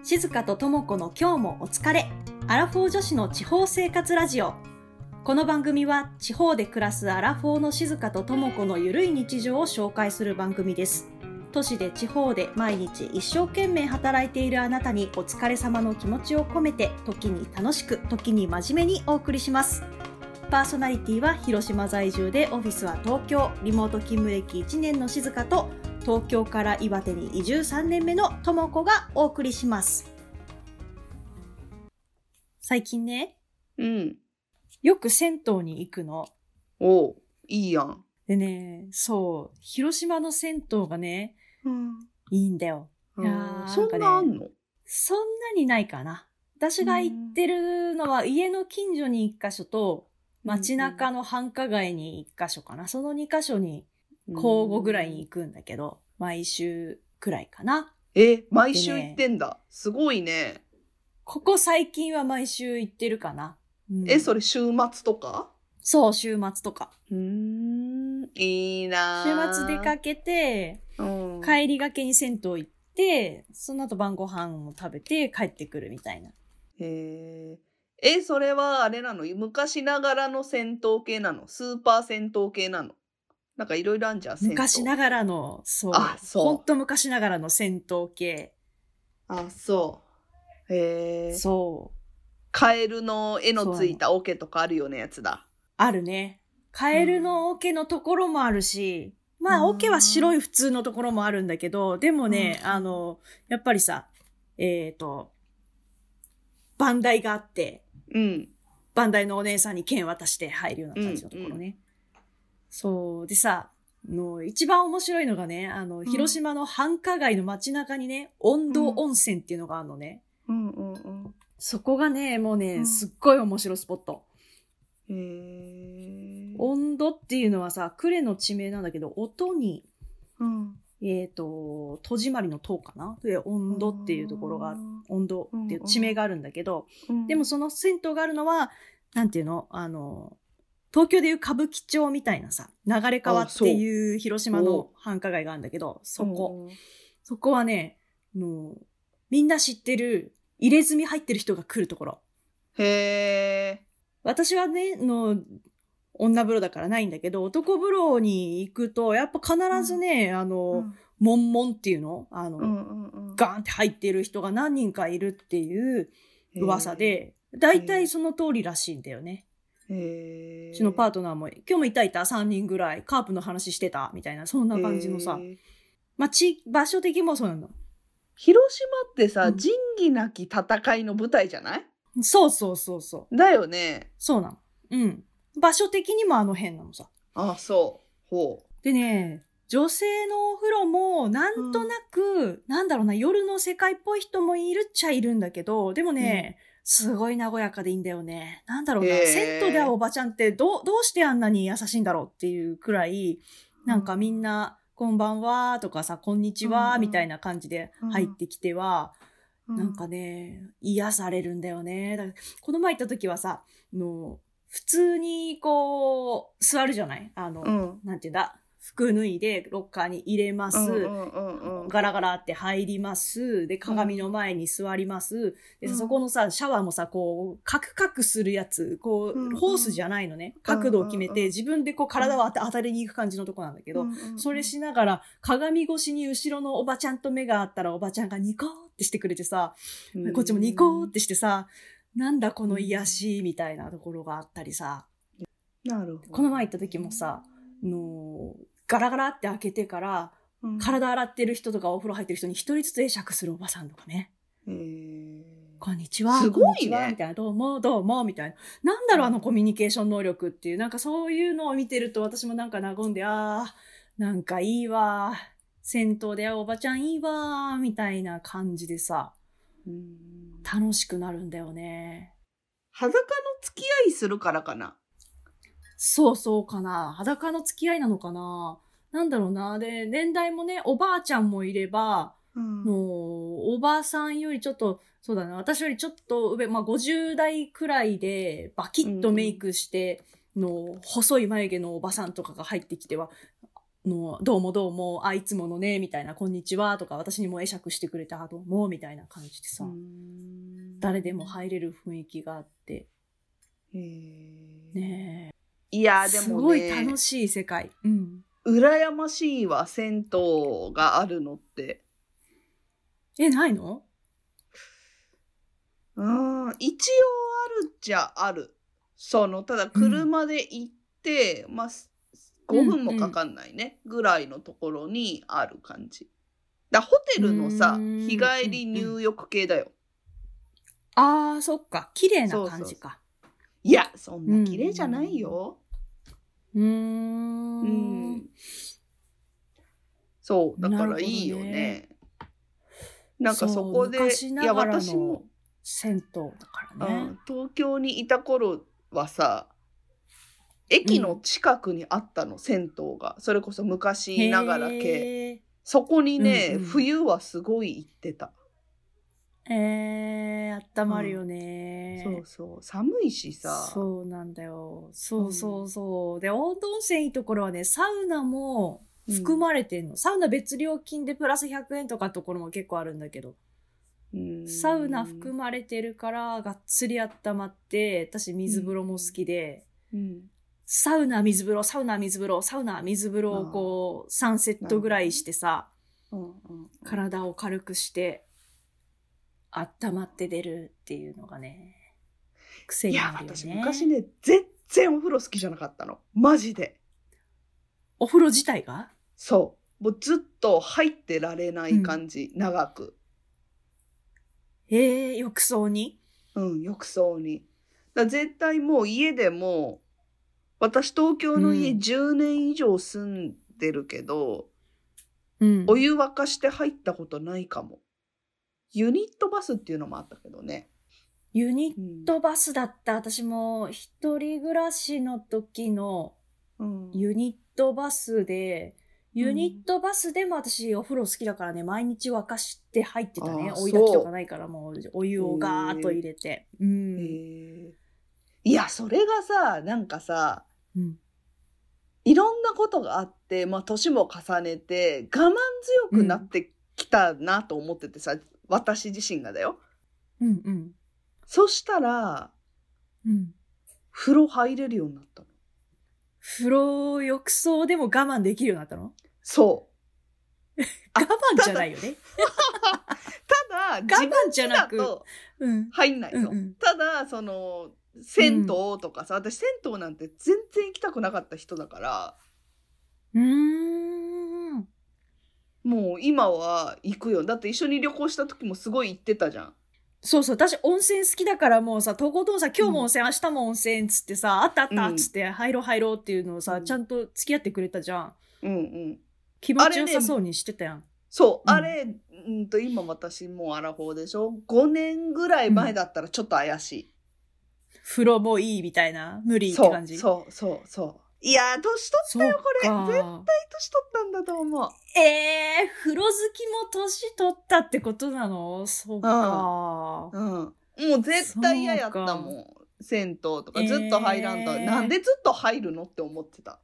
静香と智子の今日もお疲れ。アラフォー女子の地方生活ラジオ。この番組は地方で暮らすアラフォーの静香と智子のゆるい日常を紹介する番組です。都市で地方で毎日一生懸命働いているあなたにお疲れ様の気持ちを込めて、時に楽しく時に真面目にお送りします。パーソナリティは広島在住でオフィスは東京、リモート勤務歴1年の静香と、東京から岩手に移住3年目の智子がお送りします。最近ね、よく銭湯に行くの。 おう、いいやん。 でね、そう、広島の銭湯がね、いいんだよ。 いやそんなあんの？ そんなにないかな。私が行ってるのは家の近所に1箇所と、街中の繁華街に1箇所かな。その2箇所に交互ぐらいに行くんだけど、毎週くらいかな。 毎週行ってんだ。すごいね。 ここ最近は毎週行ってるかな。 それ週末とか？ そう、週末とか。 いいな。 週末出かけて、帰りがけに銭湯行って、その後晩ご飯を食べて帰ってくるみたいな。 それはあれなの？昔ながらの銭湯系なの？スーパー銭湯系なの？なんかいろいろあんじゃん、 昔ながらの、そう。ほんと昔ながらの銭湯系。 そう。 そう。 カエルの絵のついた桶とかあるようなやつだ。 あるね。カエルの桶のところもあるし、まあ桶は白い普通のところもあるんだけど、でもね、やっぱりさ、番台があって、番台のお姉さんに券渡して入るような感じのところね。そう。でさ、一番面白いのがね、広島の繁華街の街中にね、温度温泉っていうのがあるのね。そこがね、もうね、すっごい面白いスポット。温度っていうのはさ、呉の地名なんだけど、音に、戸締まりの塔かなで、温度っていうところが、温度っていう地名があるんだけど、でもその銭湯があるのは、なんていうの？東京でいう歌舞伎町みたいなさ、流れ川っていう広島の繁華街があるんだけど、そこはね、みんな知ってる、入れ墨入ってる人が来るところ。私はね、女風呂だからないんだけど、男風呂に行くと、やっぱ必ずね、モンモンっていうのガーンって入ってる人が何人かいるっていう噂で、だいたいその通りらしいんだよね。うちのパートナーも、今日もいた3人ぐらい、カープの話してた、みたいな、そんな感じのさ、場所的もそうなの。 広島ってさ、仁義なき戦いの舞台じゃない？ そう。 だよね。 そうなの。場所的にもあの辺なのさ。 そうでね、女性のお風呂も、なんとなく、なんだろうな、夜の世界っぽい人もいるっちゃいるんだけど、でもね、すごい和やかでいいんだよね。なんだろうな、銭湯で会うおばちゃんってどうしてあんなに優しいんだろうっていうくらい、なんかみんな、こんばんはとかさ、こんにちはみたいな感じで入ってきては、なんかね、癒されるんだよね。だからこの前行った時はさ、普通にこう、座るじゃない？なんていうんだ、服脱いでロッカーに入れます。ガラガラって入ります。で、鏡の前に座ります。で、そこのさ、シャワーもさ、こう、カクカクするやつ、こう、ホースじゃないのね。角度を決めて、自分でこう、体を当たりに行く感じのとこなんだけど、それしながら、鏡越しに後ろのおばちゃんと目があったら、おばちゃんがニコーってしてくれてさ、こっちもニコーってしてさ、なんだこの癒しみたいなところがあったりさ。 なるほど。 この前行った時もさ、ガラガラって開けてから、体洗ってる人とかお風呂入ってる人に一人ずつ会釈するおばさんとかね。こんにちは。 すごいね。 みたいな。どうも、みたいな。なんだろう、コミュニケーション能力っていう。なんかそういうのを見てると私もなんか和んで、なんかいいわ。銭湯で会うおばちゃんいいわ。みたいな感じでさ、楽しくなるんだよね。 裸の付き合いするからかな。 そうかな。裸の付き合いなのかな。なんだろうな。で、年代もね、おばあちゃんもいれば、おばあさんよりちょっと、そうだな、私よりちょっと上、50代くらいで、バキッとメイクして、細い眉毛のおばさんとかが入ってきては、 の、どうもどうも、いつものね、みたいな、こんにちはとか、私にも会釈してくれた、どうも、みたいな感じでさ、誰でも入れる雰囲気があって。ねえ。 いや、でもね。 すごい楽しい世界。うん。 羨ましいわ、銭湯があるのって。 ないの？ 一応あるっちゃある。ただ車で行って、まあ、5分もかかんないね、ぐらいのところにある感じ。ホテルのさ、日帰り入浴系だよ。 ああ、そっか。綺麗な感じか。 いや、そんな綺麗じゃないよ。そう、だからいいよね。なんかそこで、 昔ながらの銭湯だからね。 東京にいた頃はさ、駅の近くにあったの、銭湯が。それこそ昔ながら系。そこにね、冬はすごい行ってた。 あったまるよね、 そうそう。寒いしさ。 そうなんだよ。そうそうそう。で、温泉いいところはね、サウナも含まれてんの。サウナ別料金でプラス100円とかのところも結構あるんだけど。サウナ含まれてるからがっつり温まって、私水風呂も好きで、サウナ水風呂、サウナ水風呂、サウナ水風呂をこう3セットぐらいしてさ、体を軽くして温まって出るっていうのがね、癖になるよね。いや、 私昔ね、全然お風呂好きじゃなかったの。マジで。 お風呂自体が？ そう。もうずっと入ってられない感じ、長く。 浴槽に？ 浴槽に。絶対もう家でも、私東京の家10年以上住んでるけど、お湯沸かして入ったことないかも。ユニットバスっていうのもあったけどね。 ユニットバスだった。私も一人暮らしの時のユニットバスで、ユニットバスでも私お風呂好きだからね、毎日沸かして入ってたね。追い焚きとかないからもうお湯をガーッと入れて。 いや、それがさ、なんかさ、いろんなことがあって、まあ年も重ねて我慢強くなってきたなと思っててさ、私自身がだよ。そしたら、風呂入れるようになったの。 風呂浴槽でも我慢できるようになったの？ そう。 我慢じゃないよね。 ただ、 我慢じゃなく入んないの。ただ、銭湯とかさ、私銭湯なんて全然行きたくなかった人だから。もう今は行くよ。だって一緒に旅行した時もすごい行ってたじゃん。 そうそう。私温泉好きだからもうさ、とことんさ、今日も温泉、明日も温泉つってさ、あったあったっつって入ろう入ろうっていうのをさ、ちゃんと付き合ってくれたじゃん。気持ちよさそうにしてたやん。 そう。あれ、今私もうアラフォーでしょ？ 5 年ぐらい前だったらちょっと怪しい。 風呂もいいみたいな。無理って感じ。 そう。いやー、年取ったよ、これ。絶対年取ったんだと思う。 風呂好きも年取ったってことなの？そうか。 もう絶対嫌やったもん。銭湯とかずっと入らんと。なんでずっと入るのって思ってた。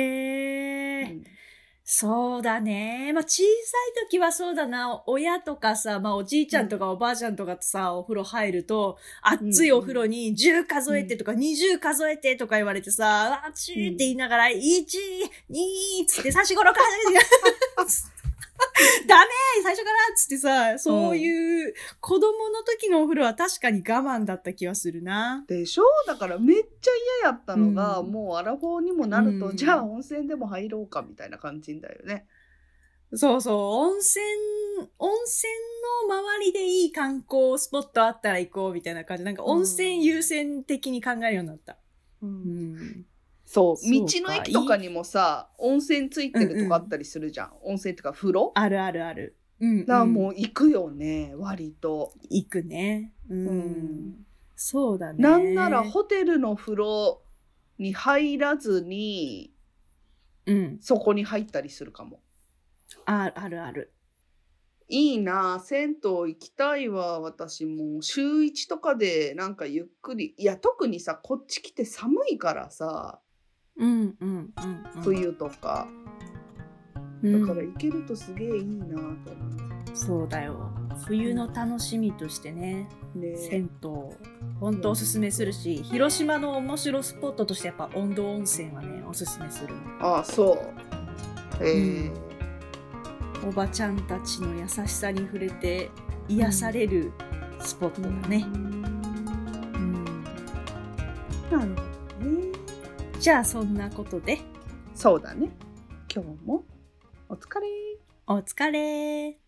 そうだね。まあ、小さい時はそうだな。親とかさ、まあ、おじいちゃんとかおばあちゃんとかさ、お風呂入ると、熱いお風呂に10数えてとか20数えてとか言われてさ、あちーって言いながら、1、2つって3、4、5、6、ダメ最初からつってさ、そういう子供の時のお風呂は確かに我慢だった気はするな。 でしょ？だからめっちゃ嫌やったのが、もうアラフォーにもなると、じゃあ温泉でも入ろうかみたいな感じだよね。 そうそう、温泉の周りでいい観光スポットあったら行こうみたいな感じ。なんか温泉優先的に考えるようになった。 そう、道の駅とかにもさ、温泉ついてるとかあったりするじゃん。温泉ってか風呂？ あるあるある。 だからもう行くよね、割と。 行くね。そうだね。 なんならホテルの風呂に入らずに、そこに入ったりするかも。 あるある。 いいな、銭湯行きたいわ。私も週1とかでなんかゆっくり。いや、特にさ、こっち来て寒いからさ。冬とか。 だから行けるとすげえいいなと思う。 そうだよ。冬の楽しみとしてね、銭湯本当おすすめするし、広島の面白スポットとしてやっぱ温度温泉はねおすすめするの。 ああそう。 おばちゃんたちの優しさに触れて癒されるスポットだね。 なるほどね。 じゃあそんなことで。 そうだね。今日もお疲れ。 お疲れ。